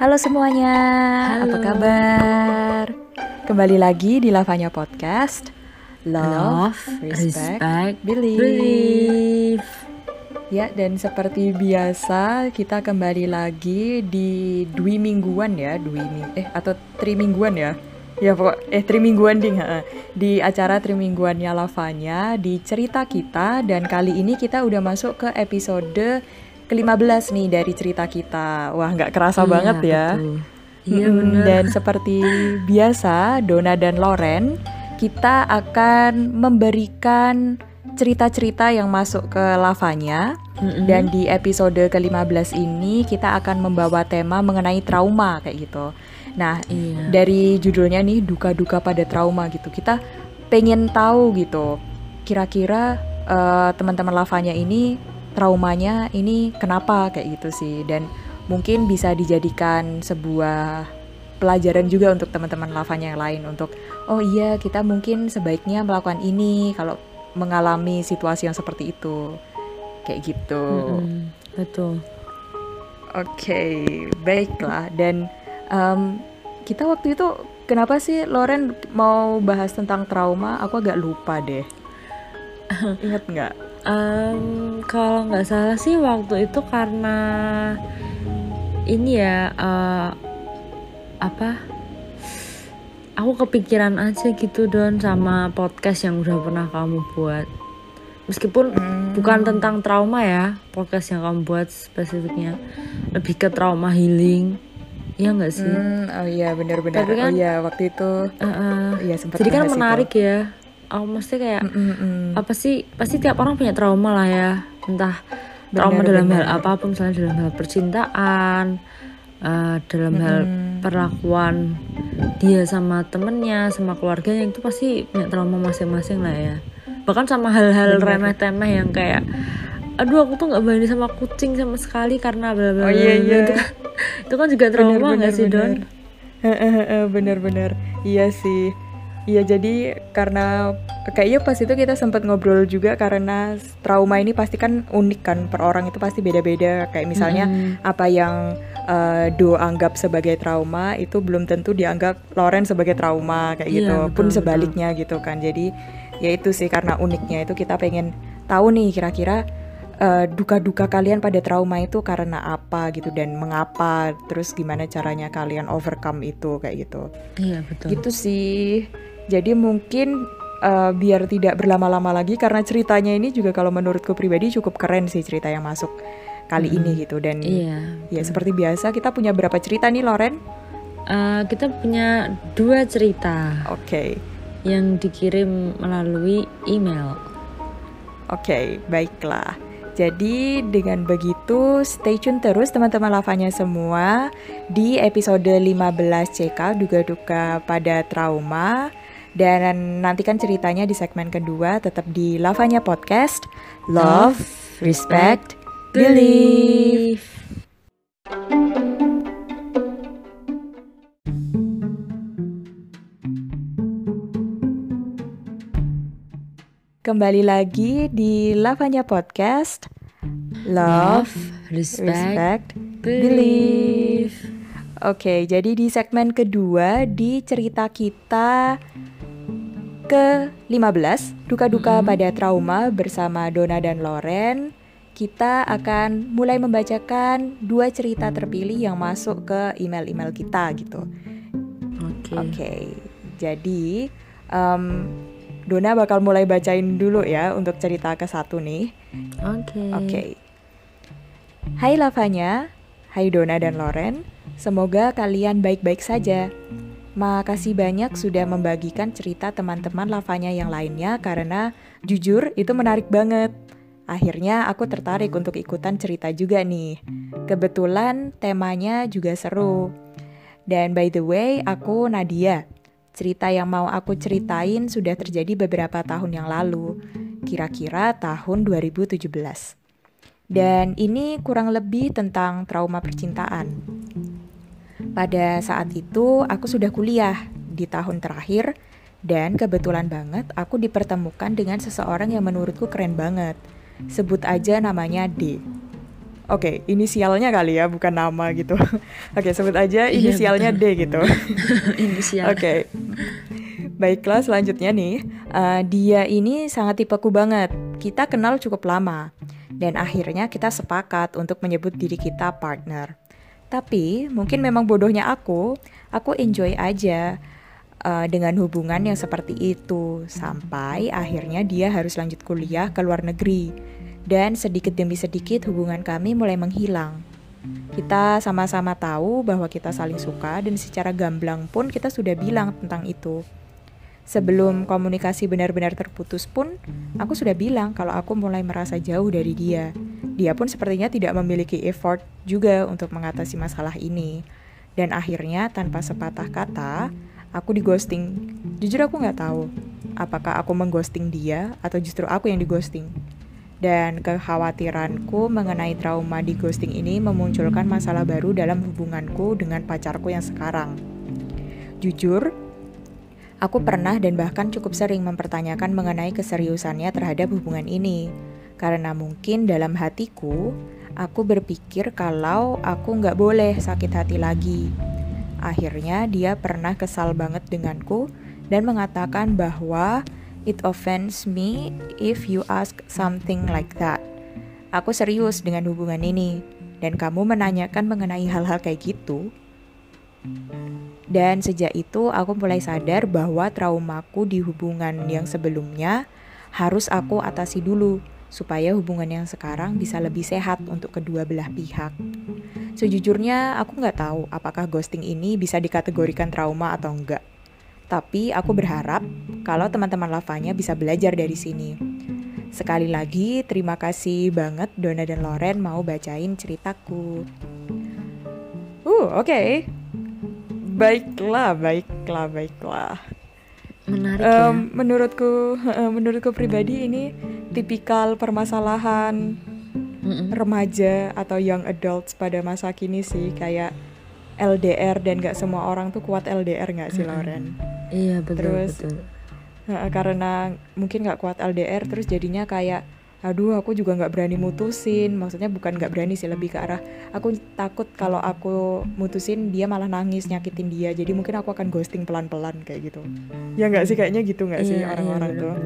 Halo semuanya, apa Halo. kabar? Kembali lagi di Lavanya Podcast. Love, Respect, Believe. believe. Ya, dan seperti biasa kita kembali lagi di Dwi Mingguan ya, atau Tri Mingguan ya. Ya pokok Tri Mingguan ding, di acara Tri Mingguannya Lavanya di cerita kita, dan kali ini kita udah masuk ke episode ke-15 nih dari cerita kita. Wah, nggak kerasa Iya, banget ya. betul. Iya, bener. Dan seperti biasa, Dona dan Loren, kita akan memberikan cerita-cerita yang masuk ke Lavanya. Dan di episode ke-15 ini kita akan membawa tema mengenai trauma kayak gitu. Nah, Iya. dari judulnya nih, duka-duka pada trauma gitu. Kita pengen tahu gitu, kira-kira teman-teman Lavanya ini traumanya ini kenapa kayak gitu sih. Dan mungkin bisa dijadikan sebuah pelajaran juga untuk teman-teman Lavanya yang lain, untuk oh iya, kita mungkin sebaiknya melakukan ini kalau mengalami situasi yang seperti itu kayak gitu. Betul. Oke, baiklah. Dan kita waktu itu kenapa sih Loren mau bahas tentang trauma? Aku agak lupa deh. Ingat nggak? Kalau nggak salah sih waktu itu karena ini ya aku kepikiran aja gitu Don sama podcast yang udah pernah kamu buat. Meskipun bukan tentang trauma ya, podcast yang kamu buat spesifiknya lebih ke trauma healing. Iya nggak sih? Oh iya, benar-benar. Tapi kan, oh iya, waktu itu iya sempat jadi kan bahas menarik itu. ya. Aku mesti kayak apa sih? Pasti tiap orang punya trauma lah ya. Entah trauma dalam hal apapun, misalnya dalam hal percintaan, dalam hal perlakuan dia sama temennya, sama keluarganya, itu pasti punya trauma masing-masing lah ya. Bahkan sama hal-hal remeh-temeh yang kayak aduh aku tuh nggak berani sama kucing sama sekali karena bla bla bla. Iya. Itu kan juga trauma nggak sih Don? Bener-bener. Iya sih. Iya, jadi karena kayaknya pas itu kita sempat ngobrol juga, karena trauma ini pasti kan unik kan, per orang itu pasti beda-beda. Kayak misalnya apa yang Do anggap sebagai trauma itu belum tentu dianggap Loren sebagai trauma kayak Iya, gitu. betul, Pun sebaliknya gitu kan. Jadi ya itu sih, karena uniknya itu kita pengen tahu nih kira-kira duka-duka kalian pada trauma itu karena apa gitu, dan mengapa, terus gimana caranya kalian overcome itu kayak gitu. Iya, betul. Gitu sih. Jadi mungkin biar tidak berlama-lama lagi, karena ceritanya ini juga kalau menurutku pribadi cukup keren sih cerita yang masuk kali ini gitu. Dan ya seperti biasa kita punya berapa cerita nih Loren? Kita punya 2 cerita. Oke. Yang dikirim melalui email. Oke, baiklah. Jadi dengan begitu stay tune terus teman-teman Lavanya semua di episode 15 CK Duga-Duka pada Trauma. Dan nantikan ceritanya di segmen kedua, tetap di Lavanya Podcast. Love, Respect, Believe. Kembali lagi di Lavanya Podcast. Love, Respect, Believe. Oke, jadi di segmen kedua di cerita kita ke-15, Duka-Duka pada Trauma bersama Dona dan Loren, kita akan mulai membacakan 2 cerita terpilih yang masuk ke email-email kita gitu. Oke. Jadi Dona bakal mulai bacain dulu ya untuk cerita ke-1 nih. Oke. Hai Lavanya, hai Dona dan Loren, semoga kalian baik-baik saja. Makasih banyak sudah membagikan cerita teman-teman Lavanya yang lainnya, karena jujur itu menarik banget. Akhirnya aku tertarik untuk ikutan cerita juga nih. Kebetulan temanya juga seru. Dan by the way, aku Nadia. Cerita yang mau aku ceritain sudah terjadi beberapa tahun yang lalu, kira-kira tahun 2017. Dan ini kurang lebih tentang trauma percintaan. Pada saat itu aku sudah kuliah di tahun terakhir, dan kebetulan banget aku dipertemukan dengan seseorang yang menurutku keren banget. Sebut aja namanya D. Oke, inisialnya kali ya, bukan nama gitu. Oke, sebut aja inisialnya D gitu. Inisial. Oke. Baiklah, selanjutnya nih, dia ini sangat tipeku banget. Kita kenal cukup lama, dan akhirnya kita sepakat untuk menyebut diri kita partner. Tapi mungkin memang bodohnya aku enjoy aja dengan hubungan yang seperti itu, sampai akhirnya dia harus lanjut kuliah ke luar negeri. Dan sedikit demi sedikit hubungan kami mulai menghilang. Kita sama-sama tahu bahwa kita saling suka dan secara gamblang pun kita sudah bilang tentang itu. Sebelum komunikasi benar-benar terputus pun, aku sudah bilang kalau aku mulai merasa jauh dari dia. Dia pun sepertinya tidak memiliki effort juga untuk mengatasi masalah ini. Dan akhirnya tanpa sepatah kata, aku di-ghosting. Jujur aku nggak tahu apakah aku meng-ghosting dia atau justru aku yang di-ghosting. Dan kekhawatiranku mengenai trauma di ghosting ini memunculkan masalah baru dalam hubunganku dengan pacarku yang sekarang. Jujur, aku pernah dan bahkan cukup sering mempertanyakan mengenai keseriusannya terhadap hubungan ini. Karena mungkin dalam hatiku, aku berpikir kalau aku nggak boleh sakit hati lagi. Akhirnya dia pernah kesal banget denganku dan mengatakan bahwa it offends me if you ask something like that. Aku serius dengan hubungan ini, dan kamu menanyakan mengenai hal-hal kayak gitu. Dan sejak itu aku mulai sadar bahwa traumaku di hubungan yang sebelumnya harus aku atasi dulu, supaya hubungan yang sekarang bisa lebih sehat untuk kedua belah pihak. Sejujurnya aku nggak tahu apakah ghosting ini bisa dikategorikan trauma atau enggak. Tapi aku berharap kalau teman-teman Lavanya bisa belajar dari sini. Sekali lagi, terima kasih banget Donna dan Loren mau bacain ceritaku. Oke. Baiklah. Menarik ya. Menurutku pribadi ini tipikal permasalahan remaja atau young adults pada masa kini sih, kayak LDR dan gak semua orang tuh kuat LDR gak sih Loren? Iya betul. Karena mungkin gak kuat LDR terus jadinya kayak aduh aku juga gak berani mutusin. Maksudnya bukan gak berani sih, lebih ke arah aku takut kalau aku mutusin dia malah nangis nyakitin dia. Jadi mungkin aku akan ghosting pelan-pelan kayak gitu. Ya gak sih, kayaknya gitu gak sih orang-orang tuh.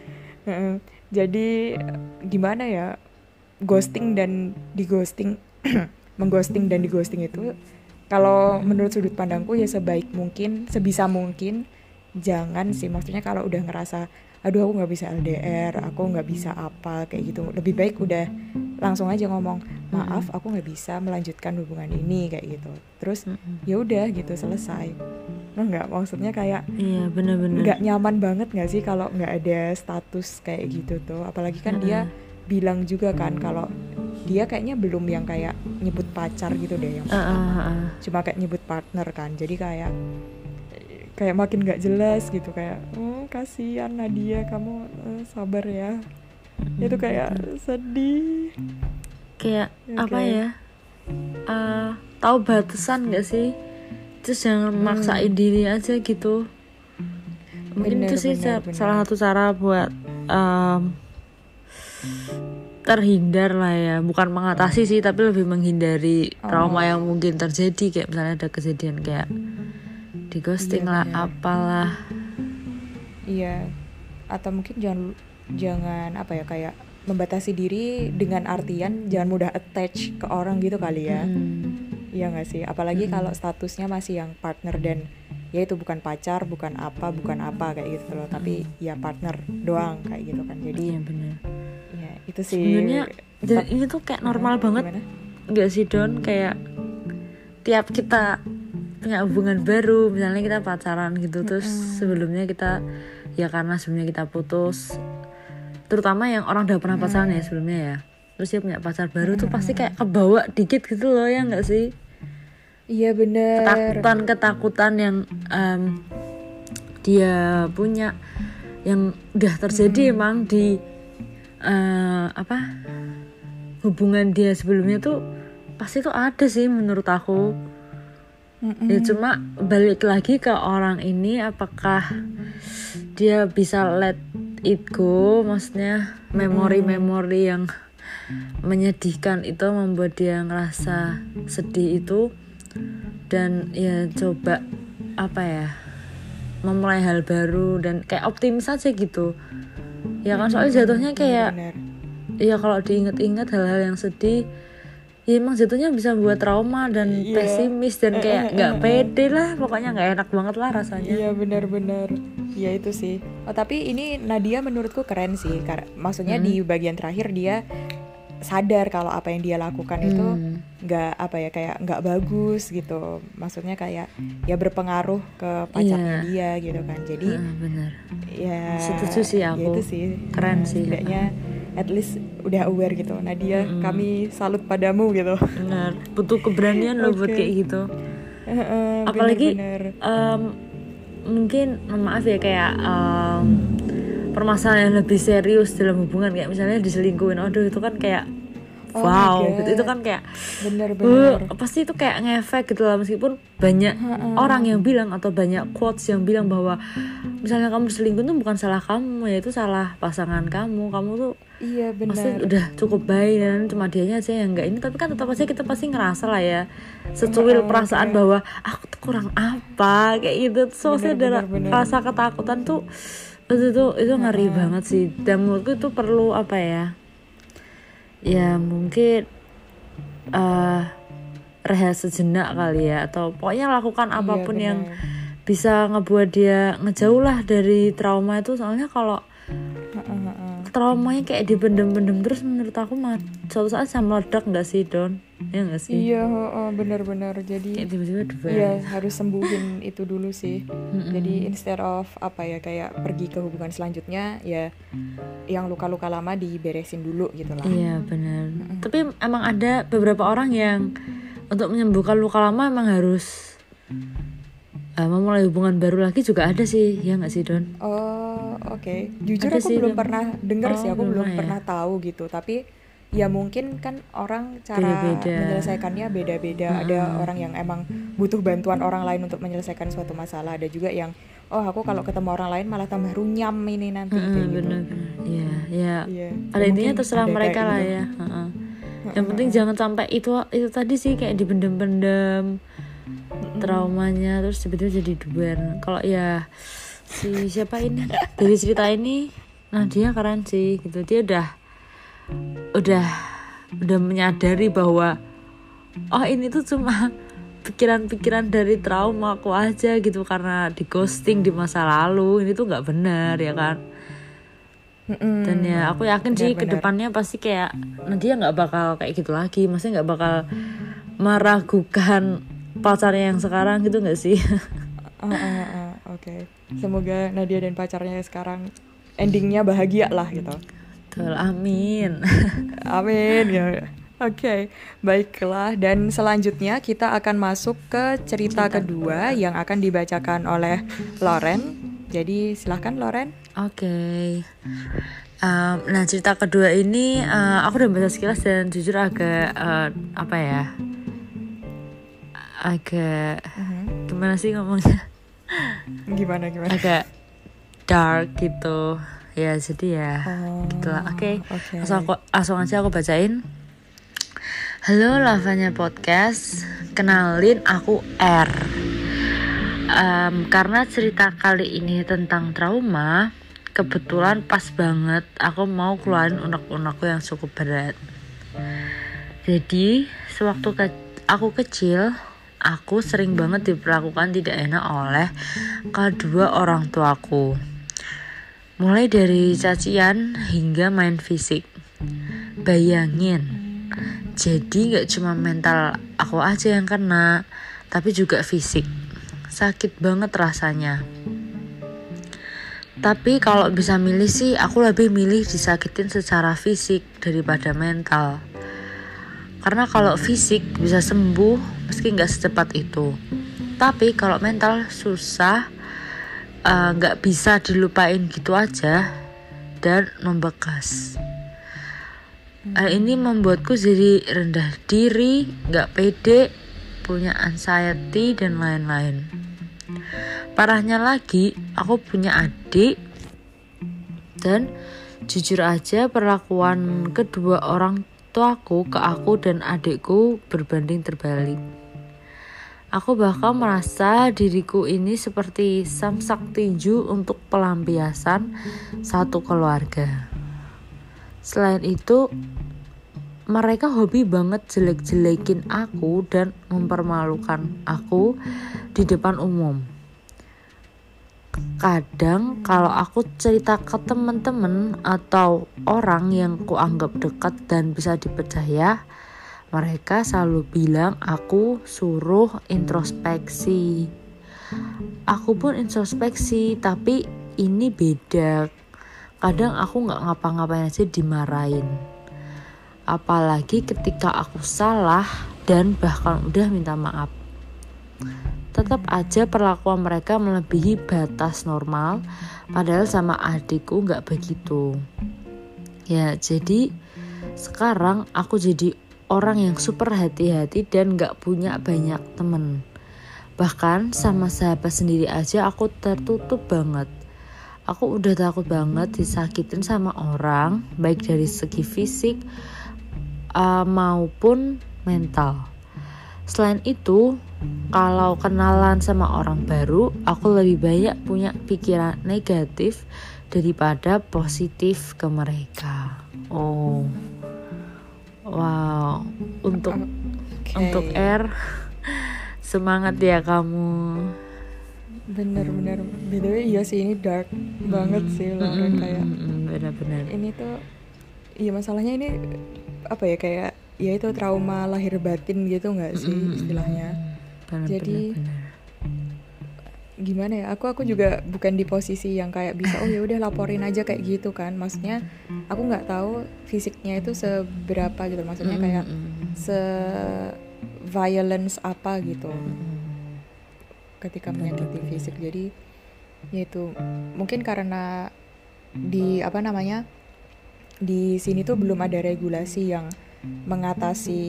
Jadi gimana ya, ghosting dan di-ghosting mengghosting dan di-ghosting itu, kalau menurut sudut pandangku ya sebaik mungkin, sebisa mungkin jangan sih. Maksudnya kalau udah ngerasa aduh aku gak bisa LDR, aku gak bisa apa kayak gitu, lebih baik udah langsung aja ngomong maaf aku gak bisa melanjutkan hubungan ini kayak gitu. Terus ya udah gitu, selesai. Nggak, maksudnya kayak iya benar-benar nggak nyaman banget nggak sih kalau nggak ada status kayak gitu tuh. Apalagi kan dia bilang juga kan kalau dia kayaknya belum yang kayak nyebut pacar gitu deh, yang cuma kayak nyebut partner kan. Jadi kayak makin gak jelas gitu, kayak kasihan Nadia, kamu sabar ya. Itu kayak sedih, kayak apa ya, tahu batasan gak sih, terus jangan maksain diri aja gitu. Mungkin itu sih salah satu cara buat terhindar lah ya, bukan mengatasi sih, tapi lebih menghindari trauma yang mungkin terjadi. Kayak misalnya ada kejadian kayak di ghosting lah, apalah. Iya, atau mungkin jangan apa ya, kayak membatasi diri dengan artian jangan mudah attach ke orang gitu kali ya. Iya nggak sih, apalagi kalau statusnya masih yang partner dan ya itu bukan pacar, bukan apa kayak gitu loh, tapi ya partner doang kayak gitu kan. Jadi iya benar. Ya itu sih sebenarnya. Dan ini tuh kayak normal banget nggak sih Don, kayak tiap kita punya hubungan baru, misalnya kita pacaran gitu, terus sebelumnya kita ya karena sebelumnya kita putus, terutama yang orang udah pernah pacaran ya sebelumnya ya, terus dia punya pacar baru tuh pasti kayak kebawa dikit gitu loh, ya nggak sih? Iya bener. Ketakutan yang dia punya, yang udah terjadi emang di hubungan dia sebelumnya tuh pasti tuh ada sih menurut aku. Ya cuma balik lagi ke orang ini, apakah dia bisa let it go, maksudnya memori-memori yang menyedihkan itu, membuat dia ngerasa sedih itu, dan ya coba apa ya, memulai hal baru dan kayak optimis aja gitu ya kan. Soalnya jatuhnya kayak ya kalau diinget-inget hal-hal yang sedih ya emang jatuhnya bisa buat trauma dan pesimis dan kayak nggak pede lah, pokoknya nggak enak banget lah rasanya. Iya benar-benar ya itu sih. Tapi ini Nadia menurutku keren sih, maksudnya di bagian terakhir dia sadar kalau apa yang dia lakukan itu nggak apa ya, kayak nggak bagus gitu, maksudnya kayak ya berpengaruh ke pacarnya dia gitu kan. Jadi bener. Ya setuju sih aku, ya itu sih keren sih setidaknya at least udah aware gitu. Nadia, kami salut padamu gitu. Benar, butuh keberanian loh buat kayak gitu. Apalagi mungkin maaf ya kayak permasalahan yang lebih serius dalam hubungan, kayak misalnya diselingkuhin, aduh itu kan kayak wow gitu, itu kan kayak bener-bener pasti itu kayak ngefek gitu lah. Meskipun banyak orang yang bilang atau banyak quotes yang bilang bahwa misalnya kamu diselingkuh itu bukan salah kamu, ya itu salah pasangan kamu tuh iya benar, pasti udah cukup baik dan cuma dianya aja yang enggak ini. Tapi kan tetap aja kita pasti ngerasa lah ya secuil perasaan bahwa aku tuh kurang apa kayak gitu. So ada rasa ketakutan tuh itu ngeri banget sih. Dan menurutku itu perlu apa ya mungkin rehat sejenak kali ya, atau pokoknya lakukan apapun yang bisa ngebuat dia ngejauh lah dari trauma itu. Soalnya kalau traumanya kayak dipendem-pendem terus, menurut aku suatu saat bisa meledak nggak sih Don? Ya nggak sih? Iya benar-benar. Jadi kayak tiba-tiba ya harus sembuhin itu dulu sih. Jadi instead of apa ya kayak pergi ke hubungan selanjutnya, ya yang luka-luka lama diberesin dulu gitu lah. Iya benar. Tapi emang ada beberapa orang yang untuk menyembuhkan luka lama emang harus memulai hubungan baru lagi juga ada sih, ya nggak sih Don? Oke. Jujur ada aku belum pernah dengar sih, aku belum pernah tahu gitu. Tapi ya mungkin kan orang cara menyelesaikannya beda-beda. Ada orang yang emang butuh bantuan orang lain untuk menyelesaikan suatu masalah. Ada juga yang aku kalau ketemu orang lain malah tambah runyam ini nanti kayak gitu. Iya. Pada intinya terserah mereka lah gitu. Ya. Yang penting jangan sampai itu tadi sih kayak dipendem-pendem traumanya terus tiba-tiba jadi duel. Kalau ya si siapa ini dari cerita ini, nah dia keren sih gitu. Dia udah menyadari bahwa ini tuh cuma pikiran-pikiran dari trauma aku aja gitu, karena di ghosting di masa lalu. Ini tuh nggak benar ya kan. Dan ya aku yakin sih kedepannya pasti kayak dia nggak bakal kayak gitu lagi, maksudnya nggak bakal meragukan pacarnya yang sekarang gitu nggak sih? Oke. Semoga Nadia dan pacarnya sekarang endingnya bahagia lah gitu. Betul, amin. Amin ya. Oke, baiklah. Dan selanjutnya kita akan masuk ke cerita kedua yang akan dibacakan oleh Loren. Jadi silahkan Loren. Oke. Nah cerita kedua ini aku udah baca sekilas dan jujur agak agak gimana sih ngomongnya? Gimana? Agak dark gitu. Ya jadi ya gitulah. Oke. Langsung aja aku bacain. Halo Lavanya Podcast, kenalin aku R. Karena cerita kali ini tentang trauma, kebetulan pas banget aku mau keluarin unek-unekku yang cukup berat. Jadi sewaktu aku kecil, aku sering banget diperlakukan tidak enak oleh kedua orang tuaku. Mulai dari cacian hingga main fisik. Bayangin, jadi gak cuma mental aku aja yang kena, tapi juga fisik. Sakit banget rasanya. Tapi kalau bisa milih sih, aku lebih milih disakitin secara fisik daripada mental. Karena kalau fisik bisa sembuh meski gak secepat itu. Tapi kalau mental susah, gak bisa dilupain gitu aja dan membekas. Hal ini membuatku jadi rendah diri, gak pede, punya anxiety dan lain-lain. Parahnya lagi, aku punya adik dan jujur aja perlakuan kedua orang tuaku ke aku dan adikku berbanding terbalik. Aku bahkan merasa diriku ini seperti samsak tinju untuk pelampiasan satu keluarga. Selain itu, mereka hobi banget jelek-jelekin aku dan mempermalukan aku di depan umum. Kadang kalau aku cerita ke teman-teman atau orang yang kuanggap dekat dan bisa dipercaya, mereka selalu bilang aku suruh introspeksi. Aku pun introspeksi, tapi ini beda. Kadang aku gak ngapa-ngapain aja dimarahin. Apalagi ketika aku salah dan bahkan udah minta maaf. Tetap aja perlakuan mereka melebihi batas normal, padahal sama adikku gak begitu. Ya, jadi sekarang aku jadi orang yang super hati-hati dan gak punya banyak temen. Bahkan sama sahabat sendiri aja aku tertutup banget. Aku udah takut banget disakitin sama orang, baik dari segi fisik maupun mental. Selain itu, kalau kenalan sama orang baru, aku lebih banyak punya pikiran negatif daripada positif ke mereka. Oh, wow, untuk R, semangat ya kamu. Bener-bener, btw iya sih ini dark banget sih Lauren, kayak benar-benar. Ini tuh, iya masalahnya ini apa ya, kayak ya itu trauma lahir batin gitu nggak sih istilahnya. Jadi gimana ya, aku juga bukan di posisi yang kayak bisa oh ya udah laporin aja kayak gitu kan. Maksudnya aku nggak tahu fisiknya itu seberapa gitu, maksudnya kayak se-violence apa gitu ketika menyakiti fisik. Jadi yaitu mungkin karena di di sini tuh belum ada regulasi yang mengatasi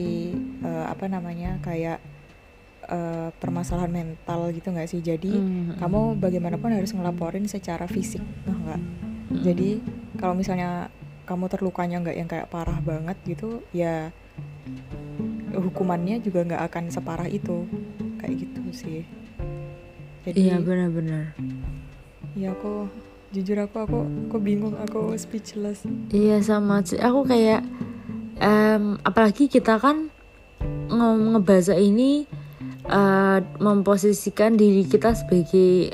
kayak permasalahan mental gitu nggak sih. Jadi kamu bagaimanapun harus ngelaporin secara fisik, nggak. Jadi kalau misalnya kamu terlukanya nggak yang kayak parah banget gitu, ya hukumannya juga nggak akan separah itu, kayak gitu sih. Jadi iya benar-benar. Ya aku bingung, aku speechless. Iya sama, aku kayak apalagi kita kan ngebahas ini memposisikan diri kita sebagai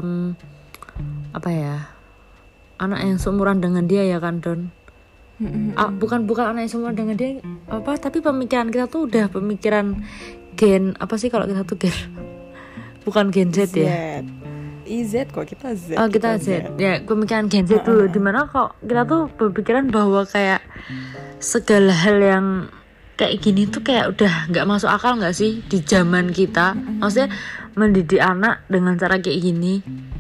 anak yang seumuran dengan dia ya kan Don. Bukan anak yang seumuran dengan dia tapi pemikiran kita tuh udah pemikiran gen apa sih kalau kita tuh gen bukan gen Z ya. Z kok kita Z. Oh kita Z. Ya pemikiran gen Z dulu. Dimana kok kita tuh berpikiran bahwa kayak segala hal yang kayak gini tuh kayak udah nggak masuk akal nggak sih di zaman kita. Maksudnya mendidik anak dengan cara kayak gini,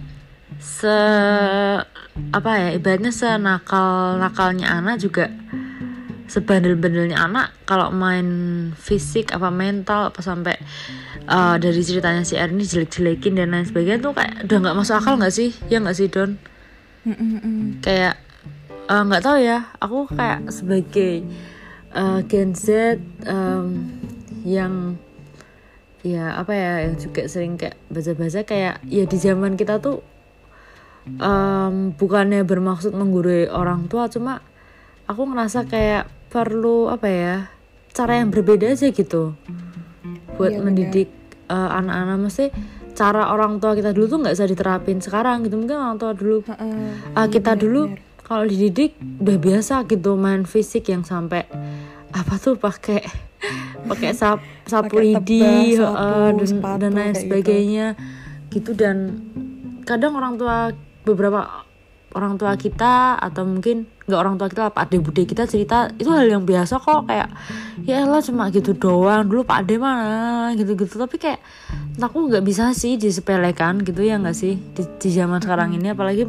ibaratnya senakal-nakalnya anak juga sebandel-bandelnya anak kalau main fisik apa mental apa sampai dari ceritanya si R ini jelek-jelekin dan lain sebagainya tuh kayak udah nggak masuk akal nggak sih, ya nggak sih Don? Kayak nggak tahu ya, aku kayak sebagai Gen Z yang ya yang juga sering kayak baca-baca kayak ya di zaman kita tuh bukannya bermaksud menggurui orang tua, cuma aku ngerasa kayak perlu cara yang berbeda aja gitu buat mendidik anak-anak. Mesti cara orang tua kita dulu tuh nggak bisa diterapin sekarang gitu. Mungkin orang tua dulu kita dulu kalau dididik udah biasa gitu main fisik yang sampai pakai sapu lidi dan lain sebagainya gitu. Dan kadang beberapa orang tua kita atau mungkin nggak orang tua kita, Pak Ade Bude kita cerita itu hal yang biasa kok, kayak ya elah cuma gitu doang, dulu Pak Ade mana gitu-gitu. Tapi kayak aku nggak bisa sih disepelekan gitu, ya nggak sih di zaman sekarang ini, apalagi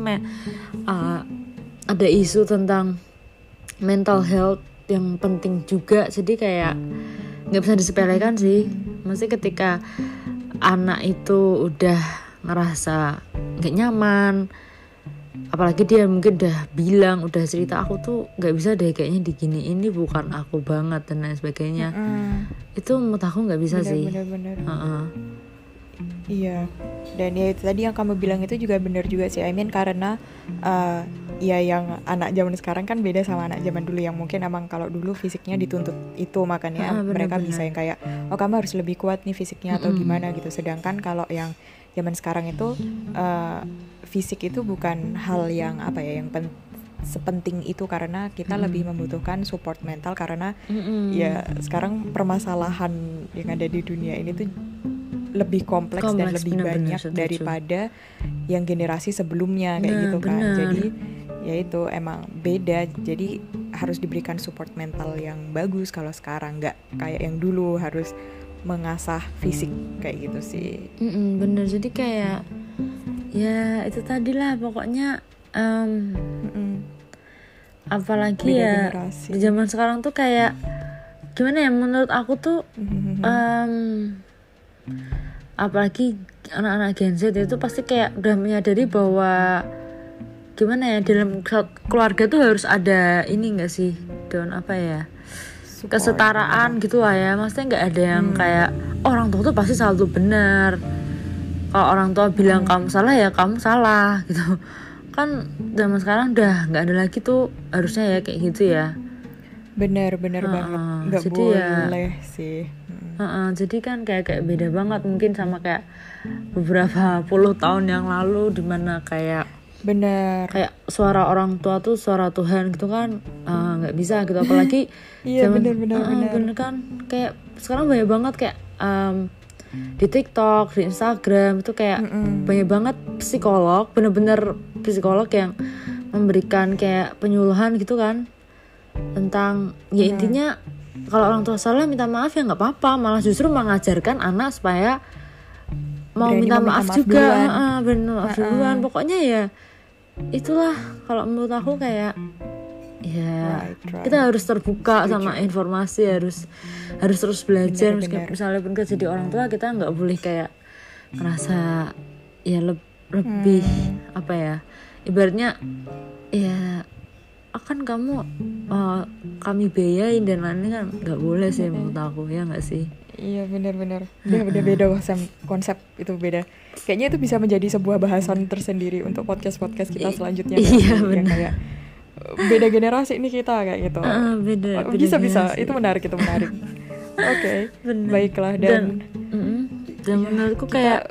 ada isu tentang mental health yang penting juga. Jadi kayak nggak bisa disepelekan sih. Maksudnya ketika anak itu udah ngerasa nggak nyaman apalagi dia mungkin udah bilang, udah cerita aku tuh nggak bisa deh kayaknya digini, ini bukan aku banget dan lain sebagainya. Itu menurut aku nggak bisa sih. Bener. Iya, dan ya itu tadi yang kamu bilang itu juga benar juga sih. I mean karena ya yang anak zaman sekarang kan beda sama anak zaman dulu yang mungkin emang kalau dulu fisiknya dituntut itu, makanya mereka bisa yang kayak oh kamu harus lebih kuat nih fisiknya atau gimana gitu. Sedangkan kalau yang zaman sekarang itu fisik itu bukan hal yang apa ya yang sepenting itu, karena kita lebih membutuhkan support mental karena ya sekarang permasalahan yang ada di dunia ini tuh lebih kompleks dan lebih banyak daripada yang generasi sebelumnya kayak gitu kan. Jadi ya itu emang beda, jadi harus diberikan support mental yang bagus kalau sekarang, nggak kayak yang dulu harus mengasah fisik kayak gitu sih. Bener, jadi kayak ya itu tadi lah pokoknya apalagi beda ya generasi. Di zaman sekarang tuh kayak gimana ya, menurut aku tuh apalagi anak-anak Gen Z itu pasti kayak udah menyadari bahwa gimana ya, dalam keluarga tuh harus ada ini nggak sih Don, apa ya, kesetaraan gitu lah ya. Maksudnya nggak ada yang kayak orang tua tuh pasti selalu benar. Kalau orang tua bilang kamu salah ya kamu salah gitu kan. Zaman sekarang udah nggak ada lagi tuh harusnya ya kayak gitu ya. Bener banget, nggak boleh ya, sih. Jadi kan kayak beda banget mungkin sama kayak beberapa puluh tahun yang lalu, dimana kayak kayak suara orang tua tuh suara Tuhan gitu kan, nggak bisa gitu. Apalagi iya bener kan kayak sekarang banyak banget kayak di TikTok, di Instagram itu kayak banyak banget psikolog, bener-bener psikolog yang memberikan kayak penyuluhan gitu kan tentang ya intinya kalau orang tua salah minta maaf ya nggak apa-apa, malah justru mengajarkan anak supaya mau minta maaf juga, benar duluan. Pokoknya ya itulah kalau menurut aku kayak ya right. Kita harus terbuka sama informasi, harus terus belajar. Misalnya pun kita jadi orang tua, kita nggak boleh kayak ngerasa ya lebih apa ya, ibaratnya ya akan kamu kami biayain dan lain-lain kan nggak boleh sih menurut aku, ya nggak sih? Iya benar beda konsep itu beda. Kayaknya itu bisa menjadi sebuah bahasan tersendiri untuk podcast kita selanjutnya. Iya benar. Kayak beda generasi ini kita kayak gitu. Beda bisa itu menarik. Oke. Baiklah dan menurutku kayak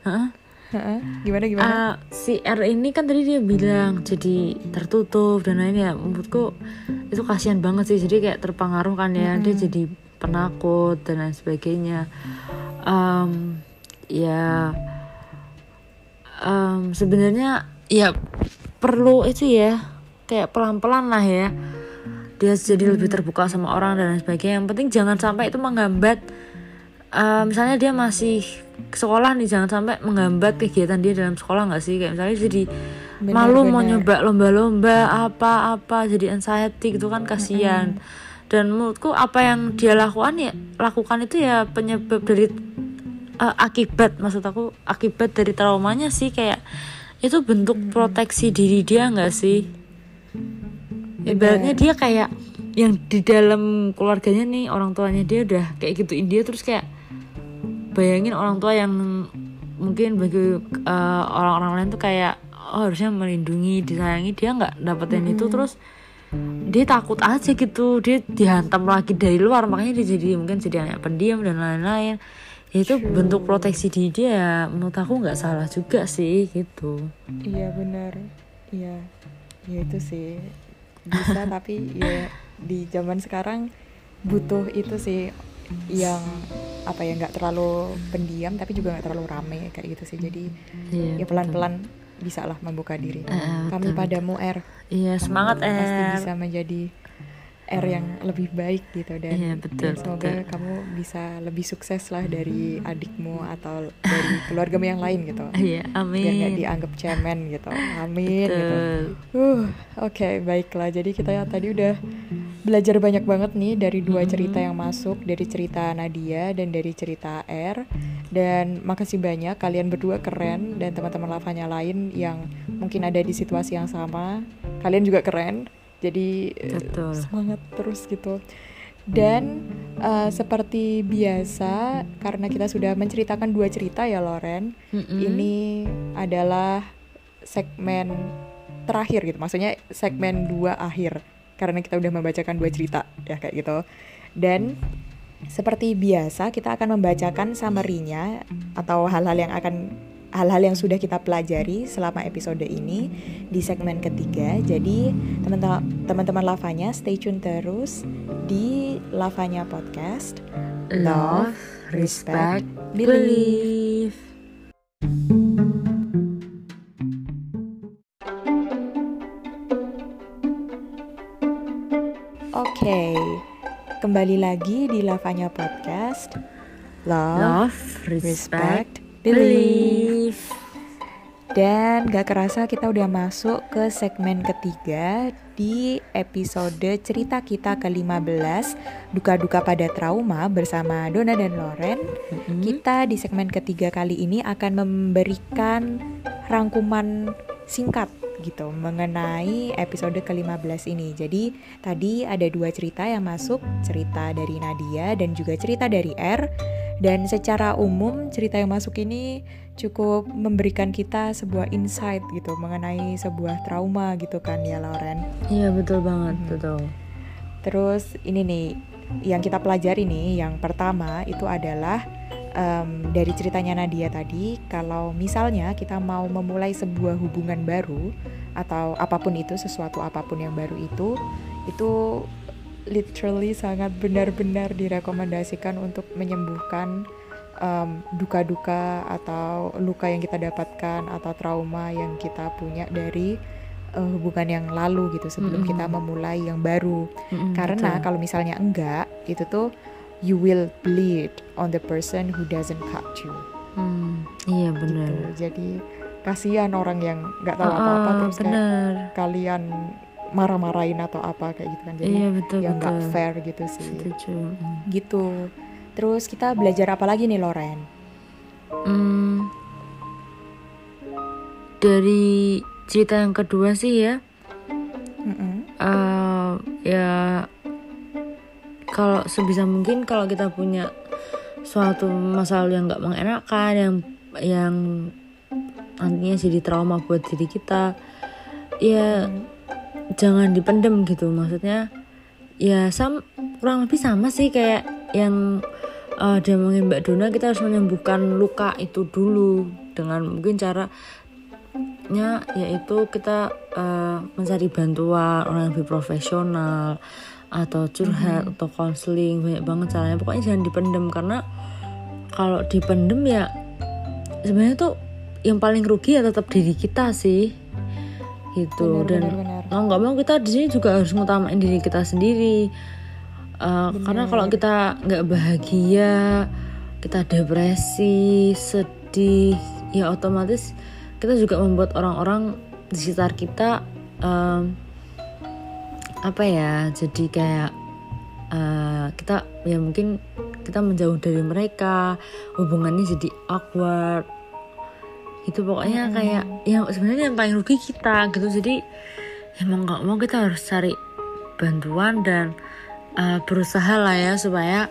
gimana? Si R ini kan tadi dia bilang jadi tertutup dan lainnya. Menurutku itu kasihan banget sih. Jadi kayak terpengaruh kan ya. Dia jadi penakut dan lain sebagainya. Sebenarnya ya perlu itu ya, kayak pelan-pelan lah ya. Dia jadi lebih terbuka sama orang dan lain sebagainya. Yang penting jangan sampai itu menghambat. Misalnya dia masih sekolah nih, jangan sampai menghambat kegiatan dia dalam sekolah nggak sih? Kayak misalnya jadi malu mau nyoba lomba-lomba apa jadi anxiety gitu kan, kasihan. Dan menurutku apa yang dia lakukan itu ya penyebab dari akibat dari traumanya sih, kayak itu bentuk proteksi diri dia nggak sih? Ibaratnya dia kayak yang di dalam keluarganya nih, orang tuanya dia udah kayak gituin dia, terus kayak bayangin orang tua yang mungkin bagi orang-orang lain tuh kayak harusnya melindungi, disayangi, dia nggak dapetin itu, terus dia takut aja gitu, dia dihantam lagi dari luar, makanya dia mungkin jadi anak pendiam dan lain-lain. Ya itu bentuk proteksi diri dia, menurut aku nggak salah juga sih gitu. Iya benar, ya itu sih bisa tapi ya di zaman sekarang butuh itu sih yang apa ya, nggak terlalu pendiam tapi juga nggak terlalu rame kayak gitu sih. Jadi ya pelan-pelan bisa lah membuka diri. Kami padamu R. Iya, semangat R. Pasti bisa menjadi R yang lebih baik gitu, dan semoga kamu bisa lebih sukses lah dari adikmu atau dari keluargamu yang lain gitu. Iya, amin. Biar nggak dianggap cemen gitu. Amin. Gitu. Oke, baiklah. Jadi kita tadi udah belajar banyak banget nih dari dua cerita yang masuk, dari cerita Nadia dan dari cerita R. Dan makasih banyak, kalian berdua keren, dan teman-teman Lavanya lain yang mungkin ada di situasi yang sama, kalian juga keren. Jadi semangat terus gitu. Dan seperti biasa, karena kita sudah menceritakan 2 cerita ya Loren, ini adalah segmen terakhir gitu, maksudnya segmen 2 akhir, karena kita udah membacakan 2 cerita ya kayak gitu. Dan seperti biasa kita akan membacakan summary-nya atau hal-hal yang sudah kita pelajari selama episode ini di segmen ketiga. Jadi teman-teman Lavanya stay tune terus di Lavanya Podcast. Love, Respect, Believe. Oke, kembali lagi di Lavanya Podcast. Love, Respect, Believe. Dan gak kerasa kita udah masuk ke segmen ketiga di episode cerita kita ke-15, Duka-Duka pada Trauma bersama Donna dan Loren. Kita di segmen ketiga kali ini akan memberikan rangkuman singkat gitu mengenai episode ke-15 ini. Jadi tadi ada 2 cerita yang masuk, cerita dari Nadia dan juga cerita dari R. Dan secara umum cerita yang masuk ini cukup memberikan kita sebuah insight gitu mengenai sebuah trauma gitu kan ya Lauren. Iya betul banget, betul. Terus ini nih yang kita pelajari nih, yang pertama itu adalah dari ceritanya Nadia tadi, kalau misalnya kita mau memulai sebuah hubungan baru atau apapun itu, sesuatu apapun yang baru itu literally sangat benar-benar direkomendasikan untuk menyembuhkan duka-duka atau luka yang kita dapatkan atau trauma yang kita punya dari hubungan yang lalu gitu sebelum kita memulai yang baru. Karena kalau misalnya enggak, itu tuh you will bleed on the person who doesn't cut you. Iya benar. Gitu. Jadi kasihan orang yang nggak tahu apa-apa terus kayak kalian marah-marahin atau apa kayak gitu kan. Jadi iya, betul, ya nggak fair gitu sih. Setuju. Gitu. Terus kita belajar apa lagi nih Loren? Dari cerita yang kedua sih ya, ya kalau sebisa mungkin kalau kita punya suatu masalah yang nggak mengenakan, yang nantinya jadi trauma buat diri kita, ya jangan dipendem gitu. Maksudnya ya kurang lebih sama sih kayak yang dia ngomongin Mbak Donna, kita harus menyembuhkan luka itu dulu dengan mungkin caranya yaitu kita mencari bantuan orang yang lebih profesional atau curhat atau konseling. Banyak banget caranya, pokoknya jangan dipendem, karena kalau dipendem ya sebenarnya tuh yang paling rugi ya tetap diri kita sih gitu. Benar. Mau nggak mau kita di sini juga harus ngutamain diri kita sendiri. Karena kalau kita nggak bahagia, kita depresi, sedih, ya otomatis kita juga membuat orang-orang di sekitar kita jadi kayak kita ya mungkin kita menjauh dari mereka, hubungannya jadi awkward. Itu pokoknya kayak yang sebenarnya yang paling rugi kita gitu. Jadi emang nggak mau kita harus cari bantuan dan berusaha lah ya supaya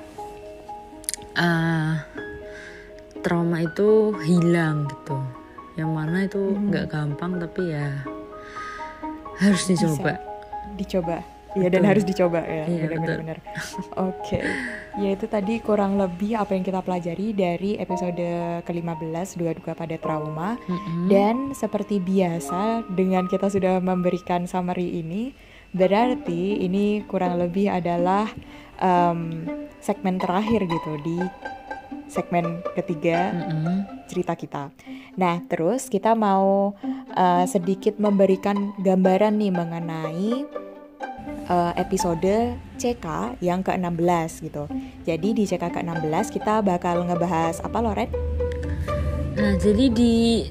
trauma itu hilang gitu. Yang mana itu nggak gampang tapi ya harus dicoba. Iya, dan harus dicoba ya. Iya, benar-benar. Oke. Ya itu tadi kurang lebih apa yang kita pelajari dari episode ke-15 Duka-Duka pada Trauma. Dan seperti biasa dengan kita sudah memberikan summary ini, berarti ini kurang lebih adalah segmen terakhir gitu di segmen ketiga cerita kita. Nah, terus kita mau sedikit memberikan gambaran nih mengenai episode CK yang ke-16 gitu. Jadi di CK ke-16 kita bakal ngebahas apa, Loren? Nah, jadi di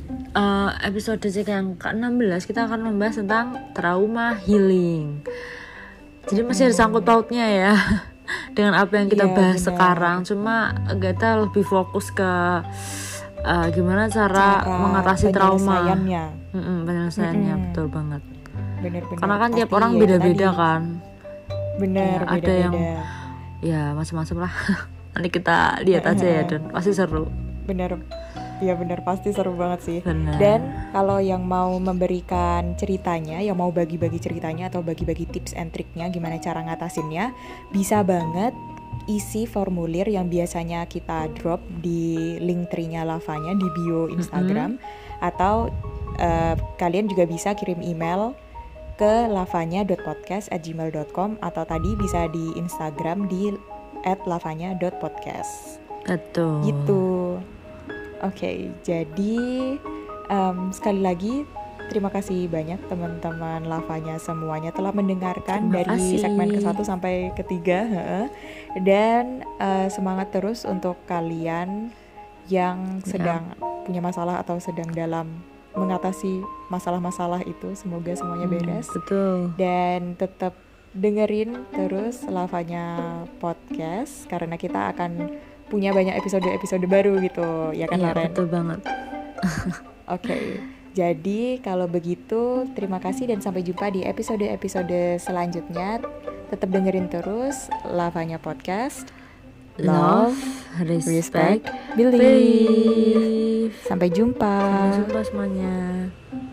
episode CK yang ke-16 kita akan membahas tentang trauma healing. Jadi masih ada sangkut pautnya ya dengan apa yang kita bahas benar. sekarang. Cuma kita lebih fokus ke gimana cara mengatasi trauma. Penyelesaiannya betul banget. Bener-bener. Karena kan tiap orang beda-beda kan. Bener, ya, ada yang ya macam-macam lah. Nanti kita lihat aja ya, dan pasti seru. Bener. Iya bener, pasti seru banget sih. Bener. Dan kalau yang mau memberikan ceritanya, yang mau bagi-bagi ceritanya atau bagi-bagi tips and triknya gimana cara ngatasinnya, bisa banget isi formulir yang biasanya kita drop di link tree-nya Lavanya di bio Instagram, atau kalian juga bisa kirim email ke lavanya.podcast@gmail.com, atau tadi bisa di Instagram di @lavanya.podcast. Betul. Gitu. Oke, jadi sekali lagi terima kasih banyak teman-teman Lavanya semuanya telah mendengarkan dari segmen ke-1 sampai ke-3. Dan semangat terus untuk kalian yang sedang punya masalah atau sedang dalam mengatasi masalah-masalah itu. Semoga semuanya beres. Betul. Dan tetap dengerin terus Lavanya Podcast, karena kita akan punya banyak episode-episode baru gitu, ya kan Loren? Betul banget. Oke, jadi kalau begitu terima kasih dan sampai jumpa di episode-episode selanjutnya. Tetap dengerin terus Lavanya Podcast. Love, respect, believe. Sampai jumpa. Sampai jumpa semuanya.